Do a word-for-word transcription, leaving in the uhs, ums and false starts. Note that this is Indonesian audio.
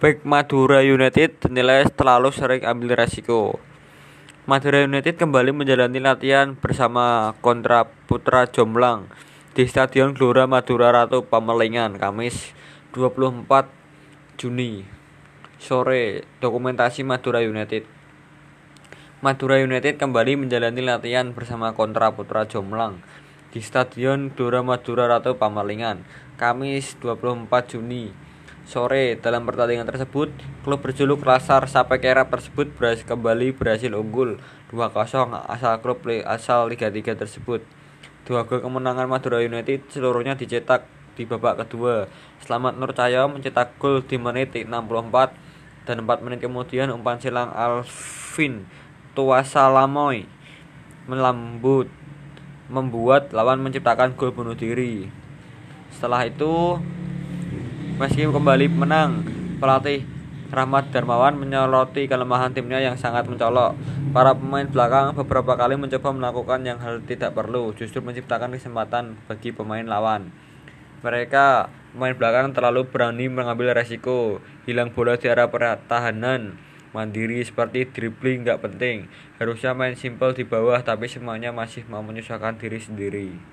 Bek Madura United dinilai terlalu sering ambil resiko. Madura United kembali menjalani latihan bersama kontra Putra Jomblang di Stadion Gelora Madura Ratu Pemalingan, Kamis dua puluh empat Juni sore. Dokumentasi Madura United. Madura United kembali menjalani latihan bersama kontra Putra Jomblang di Stadion Gelora Madura Ratu Pemalingan, Kamis dua puluh empat Juni sore. Dalam pertandingan tersebut, klub berjuluk Laskar Sapekera tersebut berhasil kembali berhasil unggul dua kosong asal klub asal Liga tiga tersebut. Dua gol kemenangan Madura United seluruhnya dicetak di babak kedua. Slamet Nur Cahyo mencetak gol di menit enam puluh empat dan empat menit kemudian umpan silang Alvin Tuasalamoy melambut membuat lawan menciptakan gol bunuh diri. Setelah itu, meski kembali menang, pelatih Rahmat Darmawan menyoroti kelemahan timnya yang sangat mencolok. Para pemain belakang beberapa kali mencoba melakukan yang hal tidak perlu, justru menciptakan kesempatan bagi pemain lawan. Mereka, pemain belakang terlalu berani mengambil resiko, hilang bola di area pertahanan, mandiri seperti dribbling nggak penting. Harusnya main simpel di bawah, tapi semuanya masih mau menyusahkan diri sendiri.